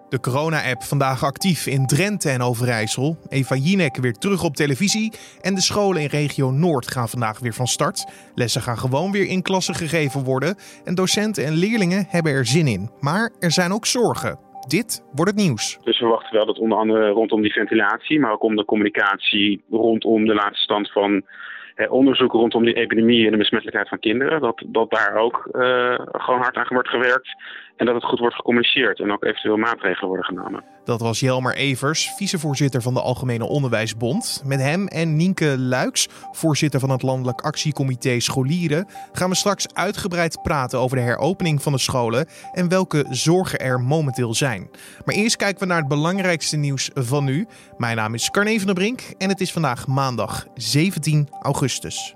De corona-app vandaag actief in Drenthe en Overijssel. Eva Jinek weer terug op televisie. En de scholen in regio Noord gaan vandaag weer van start. Lessen gaan gewoon weer in klassen gegeven worden. En docenten en leerlingen hebben er zin in. Maar er zijn ook zorgen. Dit wordt het nieuws. Dus we verwachten wel dat onder andere rondom die ventilatie, maar ook om de communicatie rondom de laatste stand van onderzoek rondom die epidemie en de besmettelijkheid van kinderen. Dat daar ook gewoon hard aan wordt gewerkt. En dat het goed wordt gecommuniceerd en ook eventueel maatregelen worden genomen. Dat was Jelmer Evers, vicevoorzitter van de Algemene Onderwijsbond. Met hem en Nienke Luiks, voorzitter van het Landelijk Actiecomité Scholieren, gaan we straks uitgebreid praten over de heropening van de scholen en welke zorgen er momenteel zijn. Maar eerst kijken we naar het belangrijkste nieuws van nu. Mijn naam is Carne van der Brink en het is vandaag maandag 17 augustus.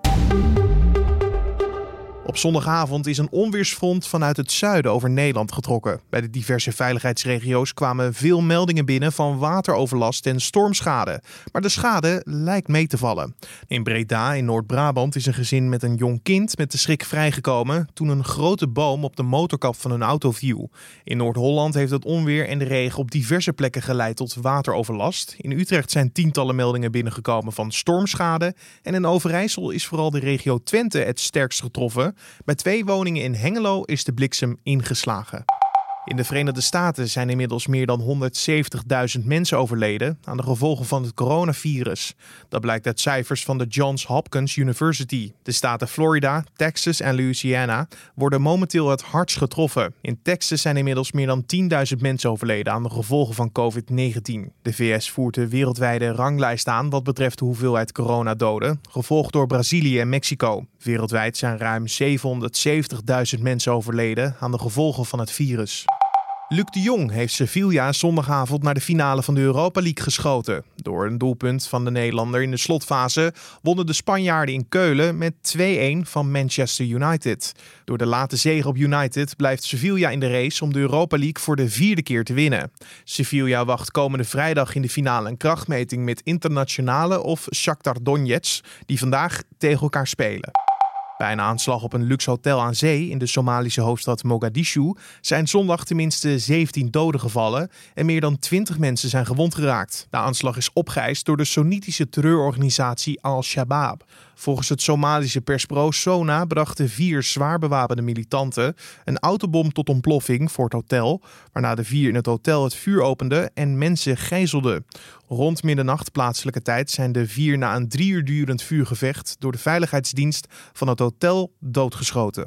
Op zondagavond is een onweersfront vanuit het zuiden over Nederland getrokken. Bij de diverse veiligheidsregio's kwamen veel meldingen binnen van wateroverlast en stormschade. Maar de schade lijkt mee te vallen. In Breda in Noord-Brabant is een gezin met een jong kind met de schrik vrijgekomen toen een grote boom op de motorkap van hun auto viel. In Noord-Holland heeft het onweer en de regen op diverse plekken geleid tot wateroverlast. In Utrecht zijn tientallen meldingen binnengekomen van stormschade. En in Overijssel is vooral de regio Twente het sterkst getroffen. Bij 2 woningen in Hengelo is de bliksem ingeslagen. In de Verenigde Staten zijn inmiddels meer dan 170.000 mensen overleden aan de gevolgen van het coronavirus. Dat blijkt uit cijfers van de Johns Hopkins University. De staten Florida, Texas en Louisiana worden momenteel het hardst getroffen. In Texas zijn inmiddels meer dan 10.000 mensen overleden aan de gevolgen van COVID-19. De VS voert de wereldwijde ranglijst aan wat betreft de hoeveelheid coronadoden, gevolgd door Brazilië en Mexico. Wereldwijd zijn ruim 770.000 mensen overleden aan de gevolgen van het virus. Luc de Jong heeft Sevilla zondagavond naar de finale van de Europa League geschoten. Door een doelpunt van de Nederlander in de slotfase wonnen de Spanjaarden in Keulen met 2-1 van Manchester United. Door de late zege op United blijft Sevilla in de race om de Europa League voor de 4e keer te winnen. Sevilla wacht komende vrijdag in de finale een krachtmeting met Internationale of Shakhtar Donetsk, die vandaag tegen elkaar spelen. Bij een aanslag op een luxe hotel aan zee in de Somalische hoofdstad Mogadishu zijn zondag tenminste 17 doden gevallen en meer dan 20 mensen zijn gewond geraakt. De aanslag is opgeëist door de Soenitische terreurorganisatie Al-Shabaab. Volgens het Somalische persbureau SONA brachten 4 zwaar bewapende militanten een autobom tot ontploffing voor het hotel, waarna de 4 in het hotel het vuur openden en mensen gijzelden. Rond middernacht plaatselijke tijd zijn de 4 na een 3 uur durend vuurgevecht door de veiligheidsdienst van het hotel doodgeschoten.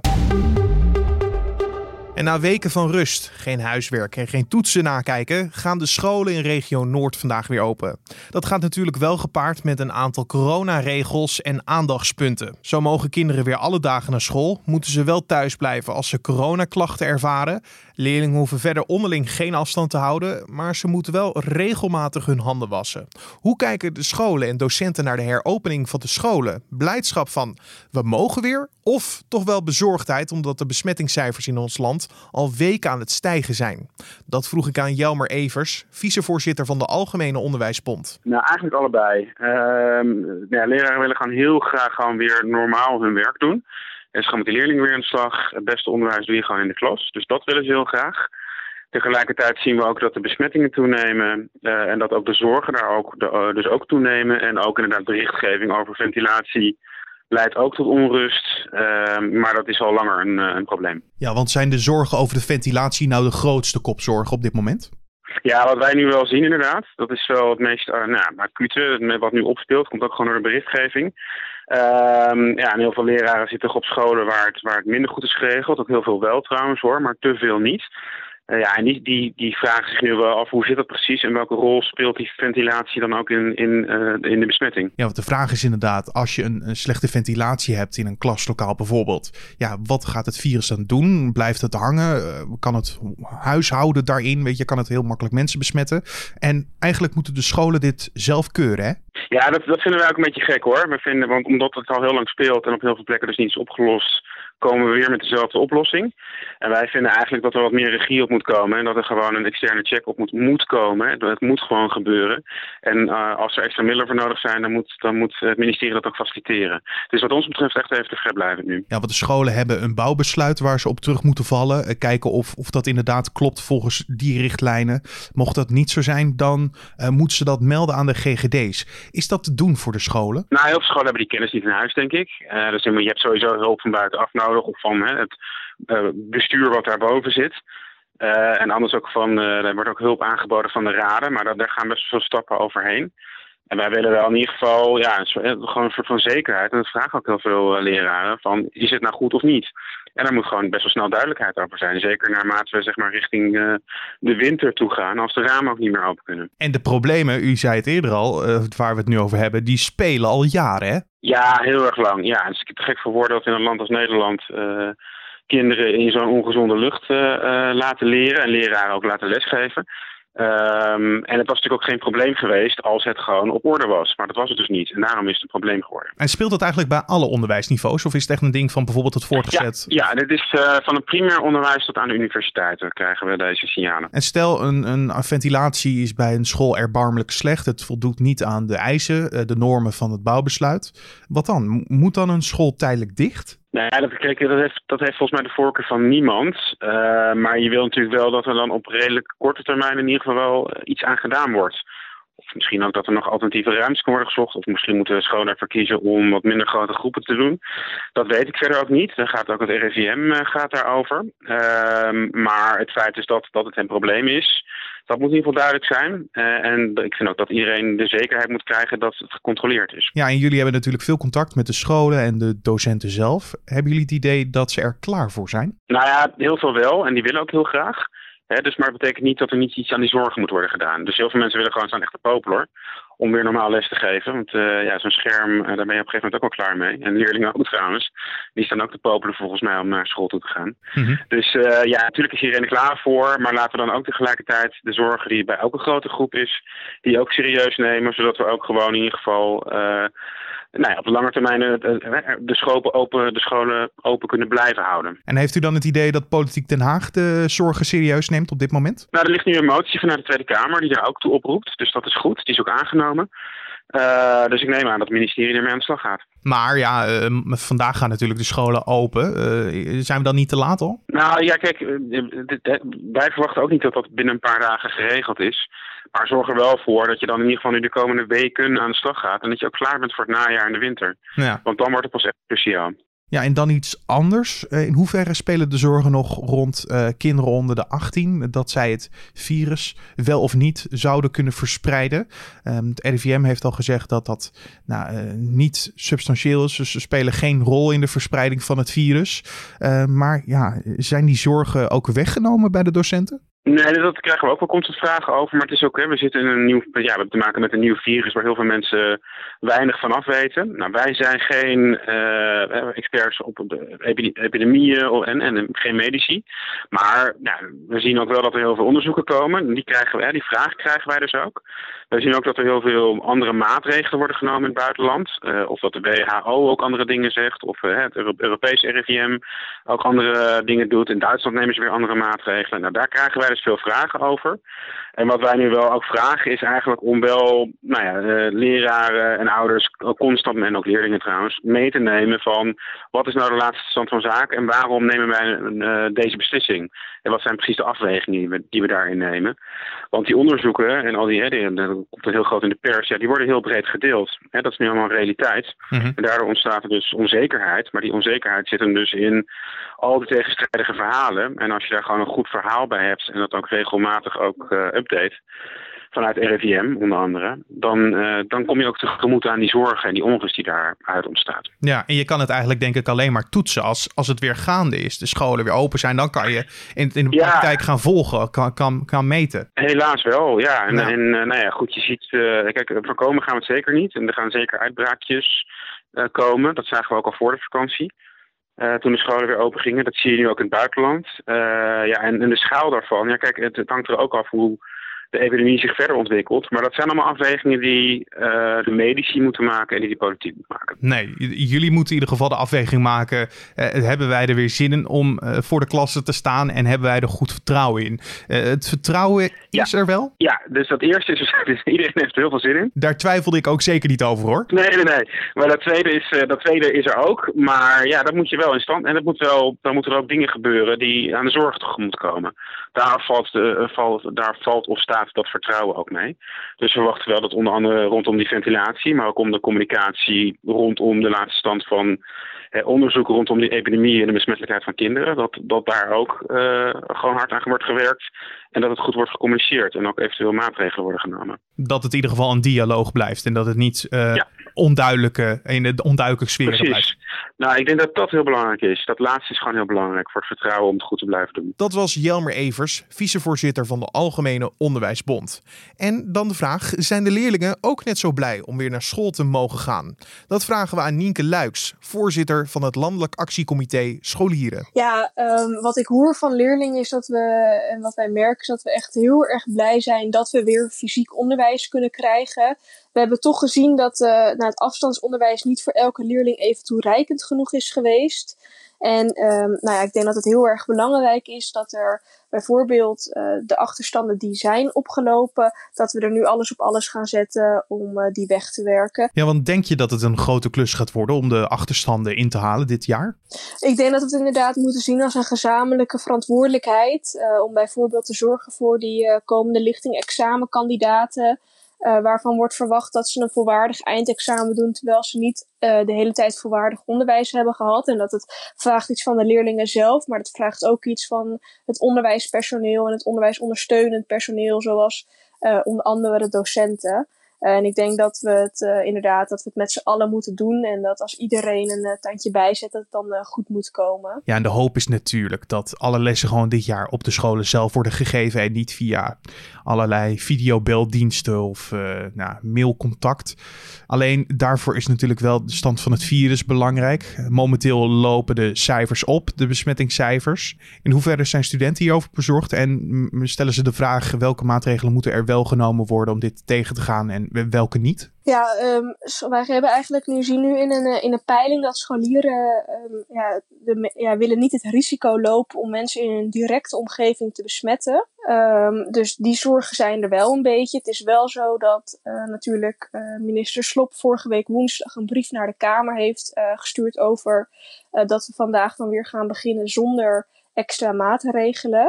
En na weken van rust, geen huiswerk en geen toetsen nakijken, gaan de scholen in regio Noord vandaag weer open. Dat gaat natuurlijk wel gepaard met een aantal coronaregels en aandachtspunten. Zo mogen kinderen weer alle dagen naar school, moeten ze wel thuis blijven als ze coronaklachten ervaren. Leerlingen hoeven verder onderling geen afstand te houden, maar ze moeten wel regelmatig hun handen wassen. Hoe kijken de scholen en docenten naar de heropening van de scholen? Blijdschap van we mogen weer? Of toch wel bezorgdheid omdat de besmettingscijfers in ons land al weken aan het stijgen zijn? Dat vroeg ik aan Jelmer Evers, vicevoorzitter van de Algemene Onderwijsbond. Nou, eigenlijk allebei. Leraren willen gewoon heel graag gewoon weer normaal hun werk doen. En ze gaan met de leerlingen weer aan de slag. Het beste onderwijs doe je gewoon in de klas. Dus dat willen ze heel graag. Tegelijkertijd zien we ook dat de besmettingen toenemen. En dat ook de zorgen daar dus ook toenemen. En ook inderdaad berichtgeving over ventilatie leidt ook tot onrust. Maar dat is al langer een probleem. Ja, want zijn de zorgen over de ventilatie nou de grootste kopzorg op dit moment? Ja, wat wij nu wel zien inderdaad. Dat is wel het meest acute. Wat nu opspeelt, komt ook gewoon door de berichtgeving. En heel veel leraren zitten toch op scholen waar het minder goed is geregeld. Ook heel veel wel trouwens hoor, maar te veel niet. En die vragen zich nu wel af hoe zit dat precies en welke rol speelt die ventilatie dan ook in de besmetting. Ja, want de vraag is inderdaad, als je een slechte ventilatie hebt in een klaslokaal bijvoorbeeld, ja, wat gaat het virus dan doen? Blijft het hangen? Kan het huishouden daarin? Weet je, kan het heel makkelijk mensen besmetten? En eigenlijk moeten de scholen dit zelf keuren, hè? Ja, dat vinden wij ook een beetje gek hoor. We vinden, want omdat het al heel lang speelt en op heel veel plekken dus niet is opgelost, komen we weer met dezelfde oplossing. En wij vinden eigenlijk dat er wat meer regie op moet komen en dat er gewoon een externe check op moet komen. Het moet gewoon gebeuren. En als er extra middelen voor nodig zijn, dan moet het ministerie dat ook faciliteren. Dus wat ons betreft echt even te vrijblijvend nu. Ja, want de scholen hebben een bouwbesluit waar ze op terug moeten vallen. Kijken of dat inderdaad klopt volgens die richtlijnen. Mocht dat niet zo zijn, dan moeten ze dat melden aan de GGD's. Is dat te doen voor de scholen? Nou, heel veel scholen hebben die kennis niet in huis, denk ik. Dus je hebt sowieso hulp van buitenaf nodig of van het bestuur wat daarboven zit. En anders ook er wordt ook hulp aangeboden van de raden, maar daar gaan best veel stappen overheen. En wij willen wel in ieder geval gewoon een soort van zekerheid. En dat vragen ook heel veel leraren van, is het nou goed of niet? En daar moet gewoon best wel snel duidelijkheid over zijn. Zeker naarmate we zeg maar richting de winter toe gaan, als de ramen ook niet meer open kunnen. En de problemen, u zei het eerder al, waar we het nu over hebben, die spelen al jaren, hè? Ja, heel erg lang. Ja, dus ik heb te gek voor woorden dat in een land als Nederland kinderen in zo'n ongezonde lucht laten leren en leraren ook laten lesgeven. En het was natuurlijk ook geen probleem geweest als het gewoon op orde was. Maar dat was het dus niet. En daarom is het een probleem geworden. En speelt dat eigenlijk bij alle onderwijsniveaus? Of is het echt een ding van bijvoorbeeld het voortgezet? Ja, dit is van het primair onderwijs tot aan de universiteiten krijgen we deze signalen. En stel een ventilatie is bij een school erbarmelijk slecht. Het voldoet niet aan de eisen, de normen van het bouwbesluit. Wat dan? Moet dan een school tijdelijk dicht? Nou ja, dat heeft volgens mij de voorkeur van niemand. Maar je wil natuurlijk wel dat er dan op redelijk korte termijn in ieder geval wel iets aan gedaan wordt. Of misschien ook dat er nog alternatieve ruimtes kan worden gezocht. Of misschien moeten scholen ervoor kiezen om wat minder grote groepen te doen. Dat weet ik verder ook niet. Dan gaat ook het RIVM daarover. Maar het feit is dat het een probleem is. Dat moet in ieder geval duidelijk zijn. En ik vind ook dat iedereen de zekerheid moet krijgen dat het gecontroleerd is. Ja, en jullie hebben natuurlijk veel contact met de scholen en de docenten zelf. Hebben jullie het idee dat ze er klaar voor zijn? Nou ja, heel veel wel. En die willen ook heel graag. Dus maar dat betekent niet dat er niet iets aan die zorgen moet worden gedaan. Dus heel veel mensen willen gewoon staan echt te popelen om weer normaal les te geven. Want zo'n scherm, daar ben je op een gegeven moment ook wel klaar mee. En leerlingen ook trouwens. Die staan ook te popelen volgens mij om naar school toe te gaan. Mm-hmm. Dus natuurlijk is iedereen er klaar voor. Maar laten we dan ook tegelijkertijd de zorgen die bij elke grote groep is, die ook serieus nemen. Zodat we ook gewoon in ieder geval op de lange termijn de scholen open kunnen blijven houden. En heeft u dan het idee dat Politiek Den Haag de zorgen serieus neemt op dit moment? Nou, er ligt nu een motie vanuit de Tweede Kamer die daar ook toe oproept. Dus dat is goed. Die is ook aangenomen. Dus ik neem aan dat het ministerie ermee aan de slag gaat. Maar vandaag gaan natuurlijk de scholen open. Zijn we dan niet te laat al? Nou ja, kijk, wij verwachten ook niet dat dat binnen een paar dagen geregeld is. Maar zorg er wel voor dat je dan in ieder geval nu de komende weken aan de slag gaat. En dat je ook klaar bent voor het najaar en de winter. Ja. Want dan wordt het pas echt cruciaal. Ja, en dan iets anders. In hoeverre spelen de zorgen nog rond kinderen onder de 18... dat zij het virus wel of niet zouden kunnen verspreiden? Het RIVM heeft al gezegd dat dat niet substantieel is. Dus ze spelen geen rol in de verspreiding van het virus. Maar ja, zijn die zorgen ook weggenomen bij de docenten? Nee, dat krijgen we ook wel constant vragen over. Maar het is ook, we zitten in we hebben te maken met een nieuw virus waar heel veel mensen weinig van af weten. Nou, wij zijn geen experts op de epidemieën en geen medici. Maar we zien ook wel dat er heel veel onderzoeken komen. Die vraag krijgen wij dus ook. We zien ook dat er heel veel andere maatregelen worden genomen in het buitenland. Of dat de WHO ook andere dingen zegt. Of het Europese RIVM ook andere dingen doet. In Duitsland nemen ze weer andere maatregelen. Nou, daar krijgen wij dus veel vragen over. En wat wij nu wel ook vragen is eigenlijk om wel leraren en ouders constant, en ook leerlingen trouwens, mee te nemen van wat is nou de laatste stand van zaken en waarom nemen wij deze beslissing? En wat zijn precies de afwegingen die we daarin nemen? Want die onderzoeken en al dat komt heel groot in de pers, die worden heel breed gedeeld. Dat is nu allemaal realiteit. Mm-hmm. En daardoor ontstaat er dus onzekerheid. Maar die onzekerheid zit hem dus in al die tegenstrijdige verhalen. En als je daar gewoon een goed verhaal bij hebt en dat ook regelmatig ook update vanuit RIVM onder andere, dan kom je ook tegemoet aan die zorgen en die onrust die daaruit ontstaat. Ja, en je kan het eigenlijk denk ik alleen maar toetsen als het weer gaande is. De scholen weer open zijn, dan kan je in de praktijk gaan volgen, kan meten. Helaas wel, ja. En goed, je ziet, kijk, voorkomen gaan we het zeker niet. En er gaan zeker uitbraakjes komen. Dat zagen we ook al voor de vakantie. Toen de scholen weer open gingen. Dat zie je nu ook in het buitenland. En de schaal daarvan. Ja, kijk, het hangt er ook af hoe de epidemie zich verder ontwikkelt. Maar dat zijn allemaal afwegingen die de medici moeten maken en die de politiek moet maken. Nee, jullie moeten in ieder geval de afweging maken. Hebben wij er weer zin in om voor de klasse te staan en hebben wij er goed vertrouwen in? Het vertrouwen is er wel? Ja, dus dat eerste is dus iedereen heeft er heel veel zin in. Daar twijfelde ik ook zeker niet over, hoor. Nee. Maar dat tweede is er ook. Maar ja, dat moet je wel in stand. En dan moeten er ook dingen gebeuren die aan de zorg tegemoet komen. Daar valt of staat dat vertrouwen ook mee. Dus we verwachten wel dat onder andere rondom die ventilatie, maar ook om de communicatie rondom de laatste stand van onderzoek rondom die epidemie en de besmettelijkheid van kinderen, dat daar ook gewoon hard aan wordt gewerkt en dat het goed wordt gecommuniceerd en ook eventueel maatregelen worden genomen. Dat het in ieder geval een dialoog blijft en dat het niet in de onduidelijke sfeer blijft. Precies. Nou, ik denk dat dat heel belangrijk is. Dat laatste is gewoon heel belangrijk voor het vertrouwen om het goed te blijven doen. Dat was Jelmer Evers, vicevoorzitter van de Algemene Onderwijsbond. En dan de vraag, zijn de leerlingen ook net zo blij om weer naar school te mogen gaan? Dat vragen we aan Nienke Luiks, voorzitter van het Landelijk Actiecomité Scholieren. Ja, wat ik hoor van leerlingen is en wat wij merken is dat we echt heel erg blij zijn dat we weer fysiek onderwijs kunnen krijgen. We hebben toch gezien dat het afstandsonderwijs niet voor elke leerling even toereikend genoeg is geweest. En ik denk dat het heel erg belangrijk is dat er bijvoorbeeld de achterstanden die zijn opgelopen, dat we er nu alles op alles gaan zetten om die weg te werken. Ja, want denk je dat het een grote klus gaat worden om de achterstanden in te halen dit jaar? Ik denk dat we het inderdaad moeten zien als een gezamenlijke verantwoordelijkheid. Om bijvoorbeeld te zorgen voor die komende lichting examenkandidaten. Waarvan wordt verwacht dat ze een volwaardig eindexamen doen, terwijl ze niet de hele tijd volwaardig onderwijs hebben gehad. En dat het vraagt iets van de leerlingen zelf, maar het vraagt ook iets van het onderwijspersoneel en het onderwijsondersteunend personeel, zoals onder andere de docenten. En ik denk dat we het met z'n allen moeten doen. En dat als iedereen een tandje bijzet, dat het dan goed moet komen. Ja, en de hoop is natuurlijk dat alle lessen gewoon dit jaar op de scholen zelf worden gegeven. En niet via allerlei videobeldiensten of mailcontact. Alleen daarvoor is natuurlijk wel de stand van het virus belangrijk. Momenteel lopen de cijfers op, de besmettingscijfers. In hoeverre zijn studenten hierover bezorgd? En stellen ze de vraag welke maatregelen moeten er wel genomen worden om dit tegen te gaan en welke niet? Ja, wij hebben eigenlijk zien nu in een peiling dat scholieren willen niet het risico lopen om mensen in een directe omgeving te besmetten. Dus die zorgen zijn er wel een beetje. Het is wel zo dat natuurlijk minister Slop vorige week woensdag een brief naar de Kamer heeft gestuurd over dat we vandaag dan weer gaan beginnen zonder extra maatregelen.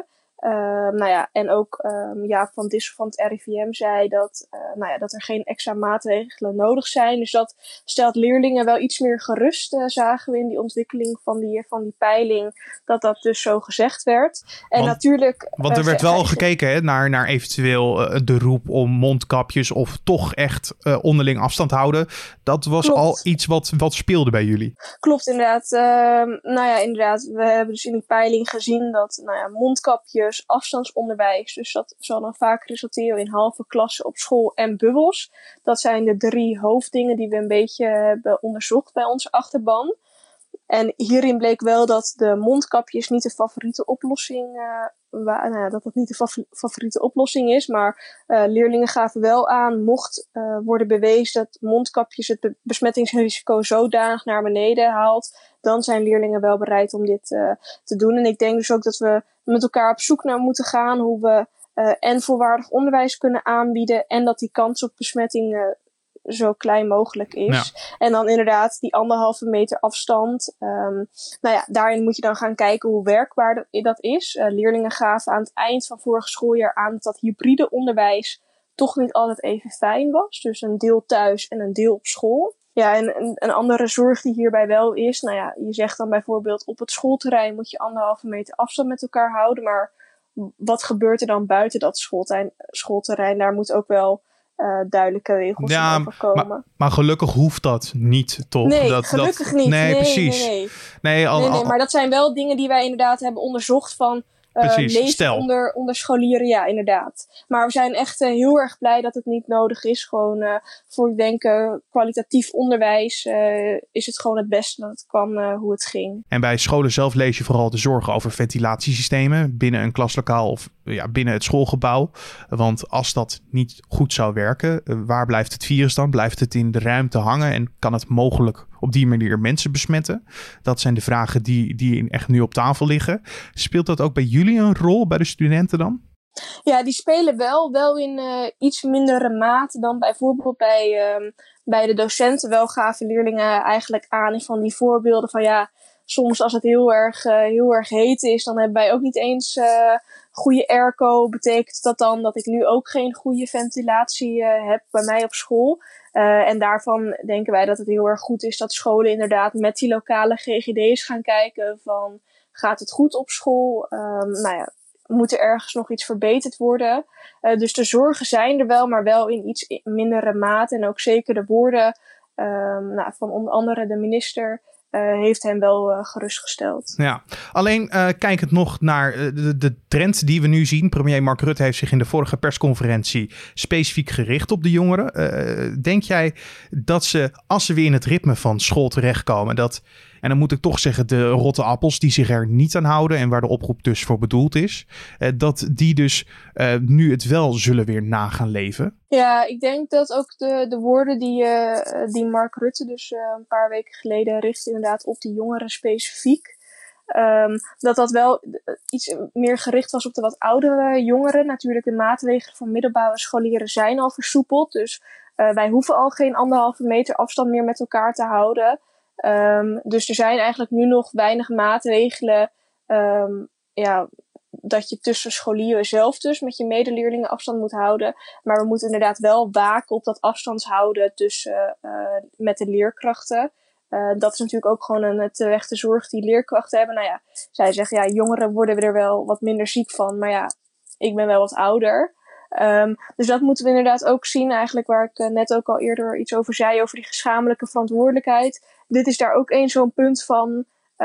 En ook Jaap van Dissel van het RIVM zei dat er geen extra maatregelen nodig zijn. Dus dat stelt leerlingen wel iets meer gerust, zagen we in die ontwikkeling van die peiling, dat dus zo gezegd werd. En want er werd wel gekeken naar eventueel de roep om mondkapjes of toch echt onderling afstand houden. Dat was al iets wat speelde bij jullie. Klopt, inderdaad. Inderdaad. We hebben dus in die peiling gezien dat mondkapjes, afstandsonderwijs, dus dat zal dan vaak resulteren in halve klassen op school en bubbels. Dat zijn de 3 hoofddingen die we een beetje hebben onderzocht bij onze achterban. En hierin bleek wel dat de mondkapjes niet de favoriete oplossing favoriete oplossing is, maar leerlingen gaven wel aan, mocht worden bewezen dat mondkapjes het besmettingsrisico zodanig naar beneden haalt, dan zijn leerlingen wel bereid om dit te doen. En ik denk dus ook dat we met elkaar op zoek naar moeten gaan hoe we en volwaardig onderwijs kunnen aanbieden en dat die kans op besmetting zo klein mogelijk is. Ja. En dan inderdaad die 1,5 meter afstand. Daarin moet je dan gaan kijken hoe werkbaar dat is. Leerlingen gaven aan het eind van vorig schooljaar aan dat hybride onderwijs toch niet altijd even fijn was. Dus een deel thuis en een deel op school. Ja, en een andere zorg die hierbij wel is, je zegt dan bijvoorbeeld op het schoolterrein moet je 1,5 meter afstand met elkaar houden. Maar wat gebeurt er dan buiten dat schoolterrein? Daar moet ook wel duidelijke regels over komen. Maar gelukkig hoeft dat niet, toch? Nee, gelukkig niet. Nee, precies. Nee, maar dat zijn wel dingen die wij inderdaad hebben onderzocht van lezen onder scholieren. Ja, inderdaad. Maar we zijn echt heel erg blij dat het niet nodig is. Gewoon voor, ik denk, kwalitatief onderwijs is het gewoon het beste dat het kan hoe het ging. En bij scholen zelf lees je vooral de zorgen over ventilatiesystemen binnen een klaslokaal of binnen het schoolgebouw. Want als dat niet goed zou werken, waar blijft het virus dan? Blijft het in de ruimte hangen en kan het mogelijk op die manier mensen besmetten? Dat zijn de vragen die echt nu op tafel liggen. Speelt dat ook bij jullie een rol, bij de studenten dan? Ja, die spelen wel in iets mindere mate dan bijvoorbeeld bij de docenten. Wel gaven leerlingen eigenlijk aan van die voorbeelden van soms als het heel erg heet is, dan hebben wij ook niet eens goede airco. Betekent dat dan dat ik nu ook geen goede ventilatie heb bij mij op school? En daarvan denken wij dat het heel erg goed is dat scholen inderdaad met die lokale GGD's gaan kijken van, gaat het goed op school? Moet er ergens nog iets verbeterd worden? Dus de zorgen zijn er wel, maar wel in iets mindere mate. En ook zeker de woorden van onder andere de minister heeft hem wel gerustgesteld. Ja, alleen kijkend nog naar de trend die we nu zien. Premier Mark Rutte heeft zich in de vorige persconferentie specifiek gericht op de jongeren. Denk jij dat ze, als ze weer in het ritme van school terechtkomen, en dan moet ik toch zeggen, de rotte appels die zich er niet aan houden en waar de oproep dus voor bedoeld is, dat die dus nu het wel zullen weer na gaan leven? Ja, ik denk dat ook de woorden die Mark Rutte dus een paar weken geleden richtte inderdaad op die jongeren specifiek, dat wel iets meer gericht was op de wat oudere jongeren. Natuurlijk, de maatregelen van middelbare scholieren zijn al versoepeld, dus wij hoeven al geen 1,5 meter afstand meer met elkaar te houden. Dus er zijn eigenlijk nu nog weinig maatregelen dat je tussen scholieren zelf dus met je medeleerlingen afstand moet houden. Maar we moeten inderdaad wel waken op dat afstandshouden tussen met de leerkrachten. Dat is natuurlijk ook gewoon een terechte zorg die leerkrachten hebben. Zij zeggen jongeren worden er wel wat minder ziek van. Maar ik ben wel wat ouder. Dus dat moeten we inderdaad ook zien, eigenlijk waar ik net ook al eerder iets over zei, over die gezamenlijke verantwoordelijkheid. Dit is daar ook zo'n punt van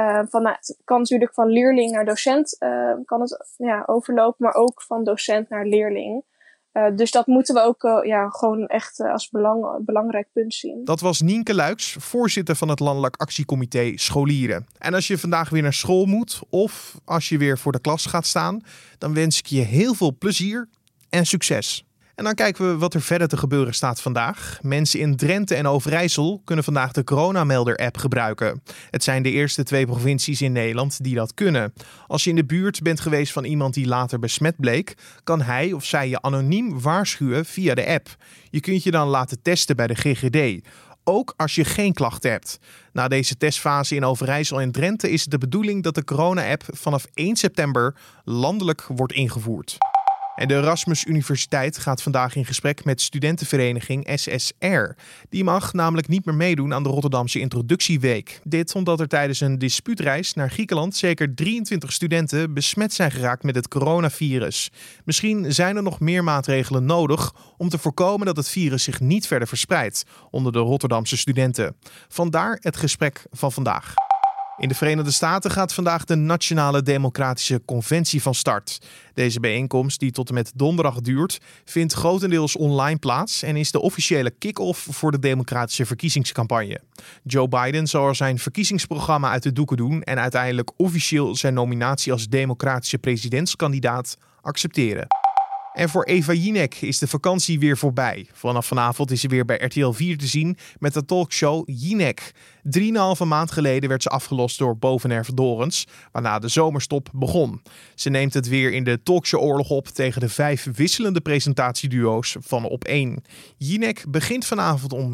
het kan natuurlijk van leerling naar docent kan het overlopen, maar ook van docent naar leerling. Dus dat moeten we ook gewoon echt als belangrijk punt zien. Dat was Nienke Luiks, voorzitter van het Landelijk Actiecomité Scholieren. En als je vandaag weer naar school moet of als je weer voor de klas gaat staan, dan wens ik je heel veel plezier en succes. En dan kijken we wat er verder te gebeuren staat vandaag. Mensen in Drenthe en Overijssel kunnen vandaag de Coronamelder-app gebruiken. Het zijn de eerste 2 provincies in Nederland die dat kunnen. Als je in de buurt bent geweest van iemand die later besmet bleek, kan hij of zij je anoniem waarschuwen via de app. Je kunt je dan laten testen bij de GGD. Ook als je geen klachten hebt. Na deze testfase in Overijssel en Drenthe is het de bedoeling dat de corona-app vanaf 1 september landelijk wordt ingevoerd. En de Erasmus Universiteit gaat vandaag in gesprek met studentenvereniging SSR. Die mag namelijk niet meer meedoen aan de Rotterdamse Introductieweek. Dit omdat er tijdens een dispuutreis naar Griekenland zeker 23 studenten besmet zijn geraakt met het coronavirus. Misschien zijn er nog meer maatregelen nodig om te voorkomen dat het virus zich niet verder verspreidt onder de Rotterdamse studenten. Vandaar het gesprek van vandaag. In de Verenigde Staten gaat vandaag de Nationale Democratische Conventie van start. Deze bijeenkomst, die tot en met donderdag duurt, vindt grotendeels online plaats en is de officiële kick-off voor de democratische verkiezingscampagne. Joe Biden zal er zijn verkiezingsprogramma uit de doeken doen en uiteindelijk officieel zijn nominatie als democratische presidentskandidaat accepteren. En voor Eva Jinek is de vakantie weer voorbij. Vanaf vanavond is ze weer bij RTL 4 te zien met de talkshow Jinek. 3,5 maand geleden werd ze afgelost door Boven Dorens, waarna de zomerstop begon. Ze neemt het weer in de talkshowoorlog op tegen de 5 wisselende presentatieduo's van Op1. Jinek begint vanavond om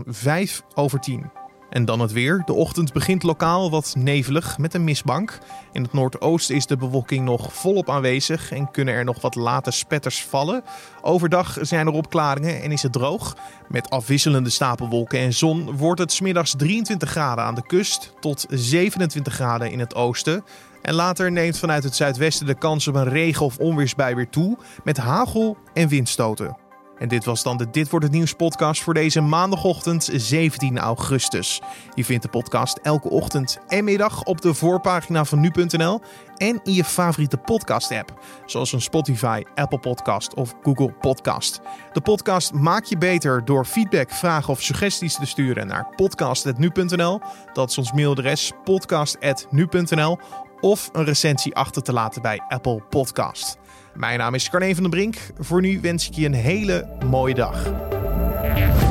9:05. En dan het weer. De ochtend begint lokaal wat nevelig met een mistbank. In het noordoosten is de bewolking nog volop aanwezig en kunnen er nog wat late spetters vallen. Overdag zijn er opklaringen en is het droog. Met afwisselende stapelwolken en zon wordt het 's middags 23 graden aan de kust tot 27 graden in het oosten. En later neemt vanuit het zuidwesten de kans op een regen- of onweersbui weer toe met hagel en windstoten. En dit was dan de Dit Wordt Het Nieuws podcast voor deze maandagochtend 17 augustus. Je vindt de podcast elke ochtend en middag op de voorpagina van nu.nl en in je favoriete podcast app, zoals een Spotify, Apple Podcast of Google Podcast. De podcast maak je beter door feedback, vragen of suggesties te sturen naar podcast@nu.nl. Dat is ons mailadres podcast@nu.nl of een recensie achter te laten bij Apple Podcast. Mijn naam is Carne van den Brink. Voor nu wens ik je een hele mooie dag.